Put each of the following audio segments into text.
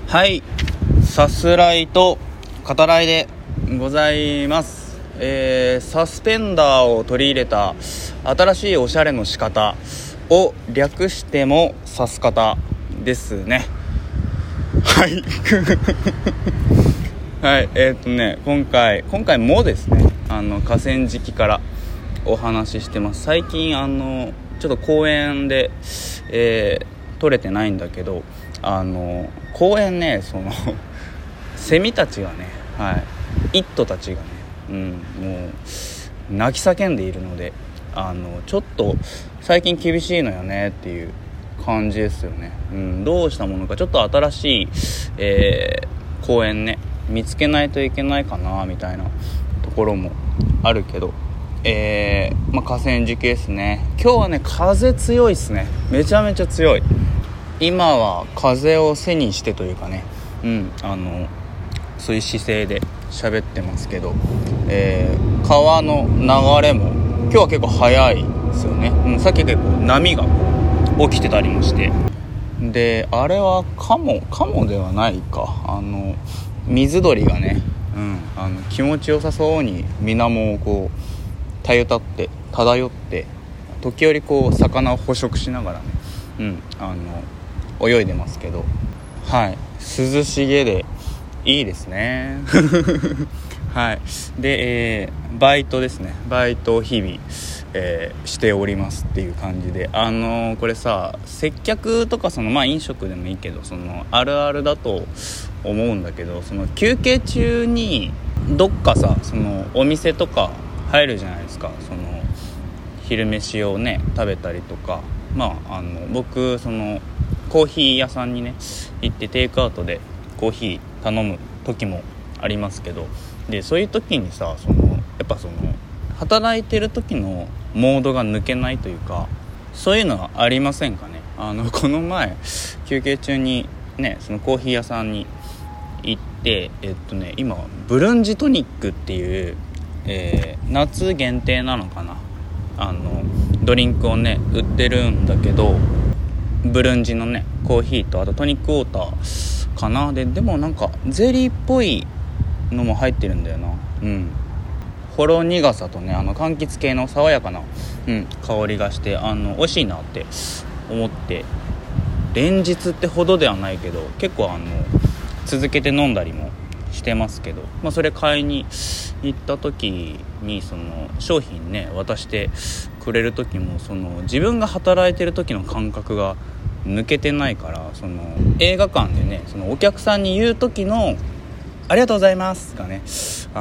はい、さすらいと語らいでございます。サスペンダーを取り入れた新しいおしゃれの仕方を略してもさす方ですね。はいはい、今回もですね、河川敷からお話ししてます。最近ちょっと公園で、撮れてないんだけど、公園ね、セミたちがね、イットたちがね、もう泣き叫んでいるので、ちょっと最近厳しいのよねっていう感じですよね。どうしたものか、ちょっと新しい、公園ね見つけないといけないかなみたいなところもあるけど、河川敷ですね。今日はね、風強いですね。めちゃめちゃ強い。今は風を背にしてというかね、そういう姿勢で喋ってますけど、川の流れも今日は結構早いですよね。さっき結構波が起きてたりもして、であれはカモではないか、水鳥がね、気持ちよさそうに水面をこうたゆたって漂って、時折こう魚を捕食しながらね、泳いでますけど、涼しげでいいですねで、バイトですね。バイトを日々、しておりますっていう感じで、これさ、接客とか飲食でもいいけど、あるあるだと思うんだけど、休憩中にどっかさ、お店とか入るじゃないですか。昼飯をね食べたりとか、僕コーヒー屋さんにね行ってテイクアウトでコーヒー頼む時もありますけど、でそういう時にさ、やっぱ働いてる時のモードが抜けないというか、そういうのはありませんかね。この前休憩中にね、コーヒー屋さんに行って、今ブルンジトニックっていう、夏限定なのかな、ドリンクをね売ってるんだけど、ブルンジのねコーヒーとあとトニックウォーターかな。でもなんかゼリーっぽいのも入ってるんだよな。ほろ苦さとね、柑橘系の爽やかな、香りがして、美味しいなって思って、連日ってほどではないけど結構続けて飲んだりもしてますけど、それ買いに行った時に商品ね渡してくれる時も、自分が働いてる時の感覚が抜けてないから、映画館でねお客さんに言う時のありがとうございますがね、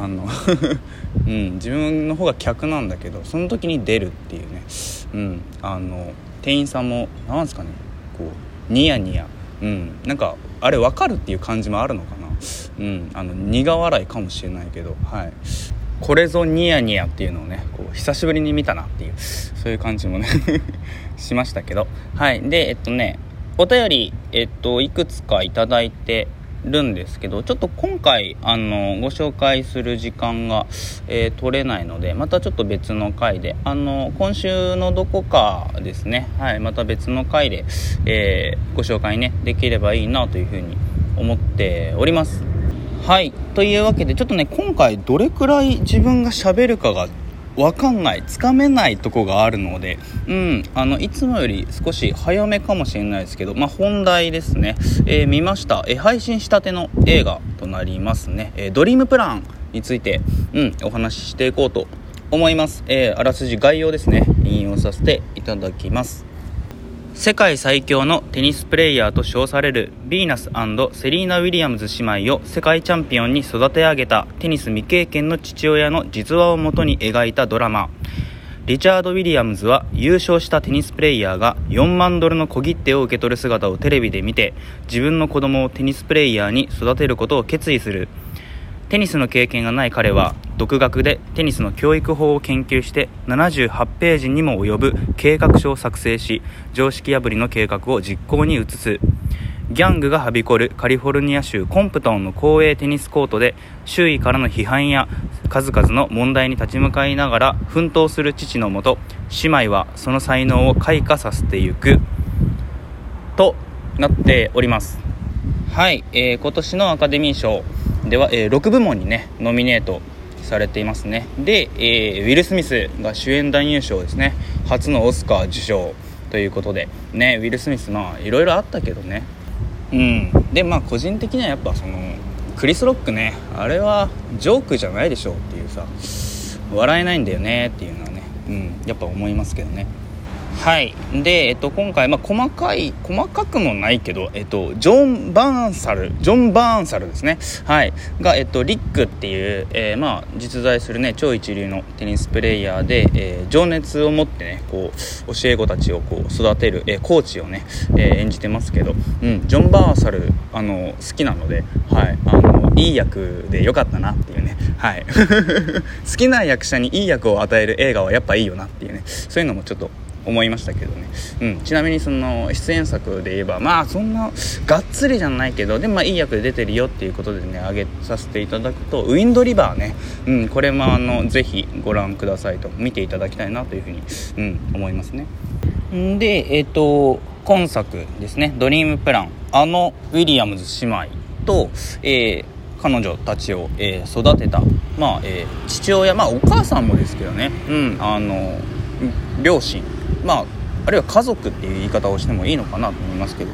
自分の方が客なんだけど、その時に出るっていうね、店員さんもなんですかね、こうニヤニヤ、なんかあれ分かるっていう感じもあるのかな。苦笑いかもしれないけど、これぞニヤニヤっていうのをね、こう久しぶりに見たなっていう、そういう感じもねしましたけど、でお便りいくつかいただいてるんですけど、ちょっと今回ご紹介する時間が、取れないので、またちょっと別の回で、今週のどこかですね、また別の回で、ご紹介ねできればいいなというふうに思っております。というわけで、ちょっとね今回どれくらい自分が喋るかがわかんない、つかめないとこがあるので、いつもより少し早めかもしれないですけど、本題ですね。見ました、配信したての映画となりますね、ドリームプランについて、お話ししていこうと思います。あらすじ概要ですね、引用させていただきます。世界最強のテニスプレイヤーと称されるビーナス&セリーナ・ウィリアムズ姉妹を世界チャンピオンに育て上げたテニス未経験の父親の実話をもとに描いたドラマ。リチャード・ウィリアムズは優勝したテニスプレイヤーが$4万の小切手を受け取る姿をテレビで見て、自分の子供をテニスプレイヤーに育てることを決意する。テニスの経験がない彼は独学でテニスの教育法を研究して78ページにも及ぶ計画書を作成し、常識破りの計画を実行に移す。ギャングがはびこるカリフォルニア州コンプトンの公営テニスコートで周囲からの批判や数々の問題に立ち向かいながら奮闘する父のもと、姉妹はその才能を開花させていくとなっております。 はい、今年のアカデミー賞では、6部門にねノミネートされていますね。で、ウィル・スミスが主演男優賞ですね、初のオスカー受賞ということでね。ウィル・スミスいろいろあったけどね、で個人的にはやっぱそのクリス・ロックね、あれはジョークじゃないでしょっていうさ、笑えないんだよねっていうのはね、やっぱ思いますけどね。はい。で、今回、細かくもないけど、ジョン・バーンサルですね。はい。が、リックっていう、実在するね、超一流のテニスプレイヤーで、情熱を持ってね、こう、教え子たちをこう育てる、コーチをね、演じてますけど、ジョン・バーンサル、好きなので、はい。いい役でよかったなっていうね。はい。好きな役者にいい役を与える映画はやっぱいいよなっていうね。そういうのもちょっと、思いましたけどね。ちなみにその出演作で言えばそんながっつりじゃないけどでもいい役で出てるよっていうことでね挙げさせていただくとウィンドリバーね、これもぜひご覧くださいと見ていただきたいなというふうに、思いますね。で今作ですねドリームプランウィリアムズ姉妹と、彼女たちを、育てた、父親お母さんもですけどね、両親あるいは家族っていう言い方をしてもいいのかなと思いますけど、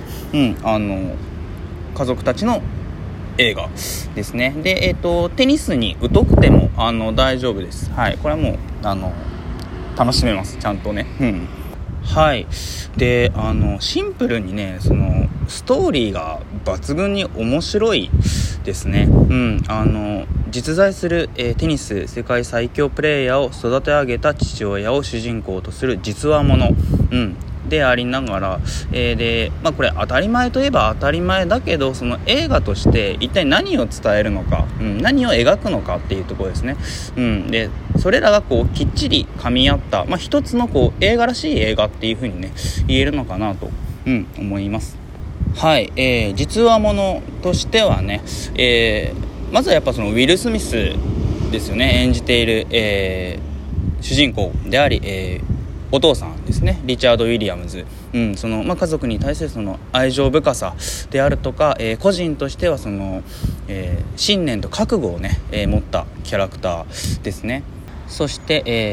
家族たちの映画ですね。で、テニスに疎くても大丈夫です。はい、これはもう楽しめますちゃんとね。はい。でシンプルにねそのストーリーが抜群に面白いですね。実在する、テニス世界最強プレーヤーを育て上げた父親を主人公とする実話もの、でありながら、でこれ当たり前といえば当たり前だけどその映画として一体何を伝えるのか、何を描くのかっていうところですね。でそれらがこうきっちり噛み合った、一つのこう映画らしい映画っていう風にね言えるのかなと、思います。はい、実話ものとしてはね、まずはやっぱそのウィル・スミスですよね演じている、主人公であり、お父さんですねリチャード・ウィリアムズ、その家族に対するその愛情深さであるとか、個人としてはその、信念と覚悟をね、持ったキャラクターですね。そして、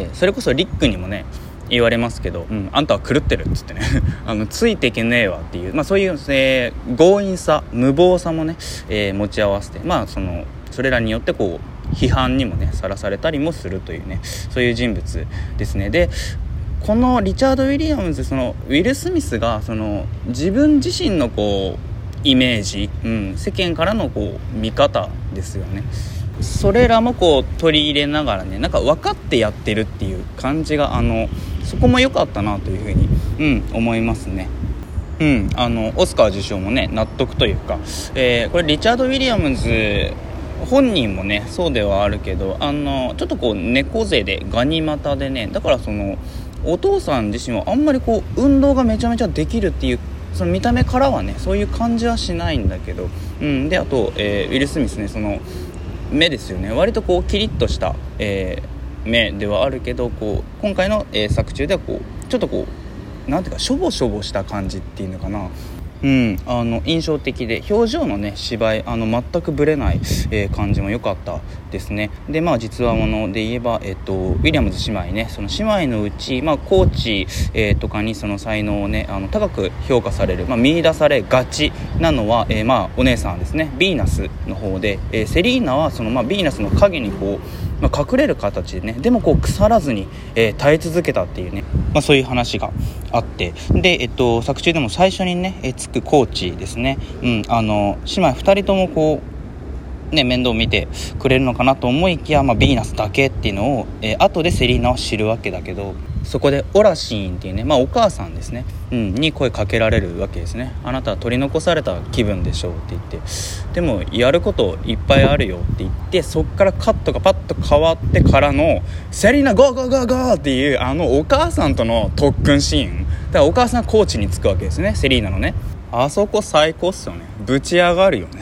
それこそリックにもね言われますけど、あんたは狂ってるっつってねついていけねえわっていう、そういう、強引さ無謀さもね、持ち合わせてそれらによってこう批判にもねさらされたりもするというねそういう人物ですね。でこのリチャード・ウィリアムズそのウィル・スミスがその自分自身のこうイメージ、世間からのこう見方ですよね。それらもこう取り入れながらね分かってやってるっていう感じがそこも良かったなというふうに、思いますね。オスカー受賞もね納得というか、これリチャード・ウィリアムズ本人もねそうではあるけどちょっとこう猫背でガニ股でねだからそのお父さん自身はあんまりこう運動がめちゃめちゃできるっていうその見た目からはねそういう感じはしないんだけど、であと、ウィル・スミスねその目ですよね割とこうキリッとした、目ではあるけどこう今回の、作中ではこうちょっとこうなんていうかしょぼしょぼした感じっていうのかな、印象的で表情のね芝居全くぶれない、感じも良かったですね。で実話もので言えば、ウィリアムズ姉妹ねその姉妹のうち、コーチ、とかにその才能をね高く評価される、見出されがちなのは、お姉さんですねヴィーナスの方で、セリーナはその、ヴィーナスの影にこう隠れる形でねでもこう腐らずに、耐え続けたっていうね、そういう話があってで、作中でも最初にね、つくコーチですね、姉妹2人ともこうね面倒を見てくれるのかなと思いきや、ヴィーナスだけっていうのを、後でセリーナは知るわけだけどそこでオラシーンっていうね、お母さんですね、に声かけられるわけですね。あなたは取り残された気分でしょうって言ってでもやることいっぱいあるよって言ってそっからカットがパッと変わってからのセリーナゴーゴーゴーゴーっていうお母さんとの特訓シーンだからお母さんがコーチにつくわけですねセリーナのねあそこ最高っすよねぶち上がるよね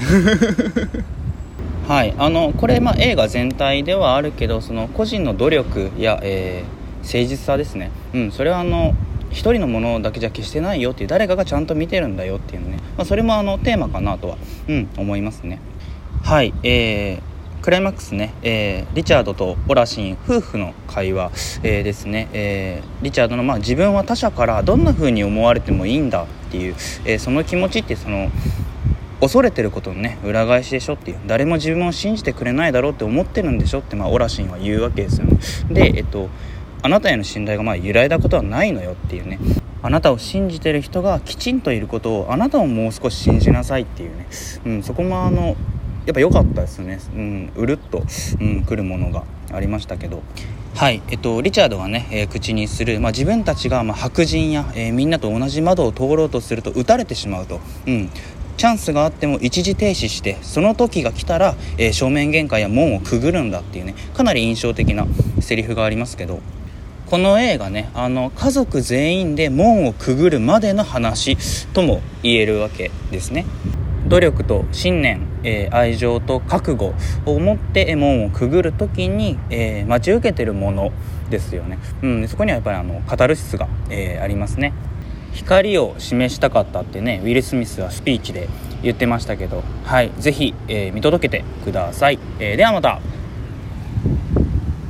はいこれ映画全体ではあるけどその個人の努力や、誠実さですね、それは一人のものだけじゃ決してないよっていう、誰かがちゃんと見てるんだよっていうのね、それもテーマかなとは、思いますね。はい、クライマックスね、リチャードとオラシン夫婦の会話、ですね、リチャードの、自分は他者からどんな風に思われてもいいんだっていう、その気持ちってその恐れてることのね裏返しでしょっていう、誰も自分を信じてくれないだろうって思ってるんでしょって、オラシンは言うわけですよね。で、あなたへの信頼が揺らいだことはないのよっていうね、あなたを信じてる人がきちんといることをあなたももう少し信じなさいっていうね、そこもやっぱ良かったですね。うるっと、来るものがありましたけど、はい、リチャードがね、口にする、自分たちが白人や、みんなと同じ窓を通ろうとすると撃たれてしまうと、チャンスがあっても一時停止して、その時が来たら、正面玄関や門をくぐるんだっていうね、かなり印象的なセリフがありますけど、この映画ね、家族全員で門をくぐるまでの話とも言えるわけですね。努力と信念、愛情と覚悟を持って門をくぐるときに、待ち受けてるものですよね。そこにはやっぱりカタルシスが、ありますね。光を示したかったってね、ウィル・スミスはスピーチで言ってましたけど、はい、ぜひ、見届けてください。ではまた。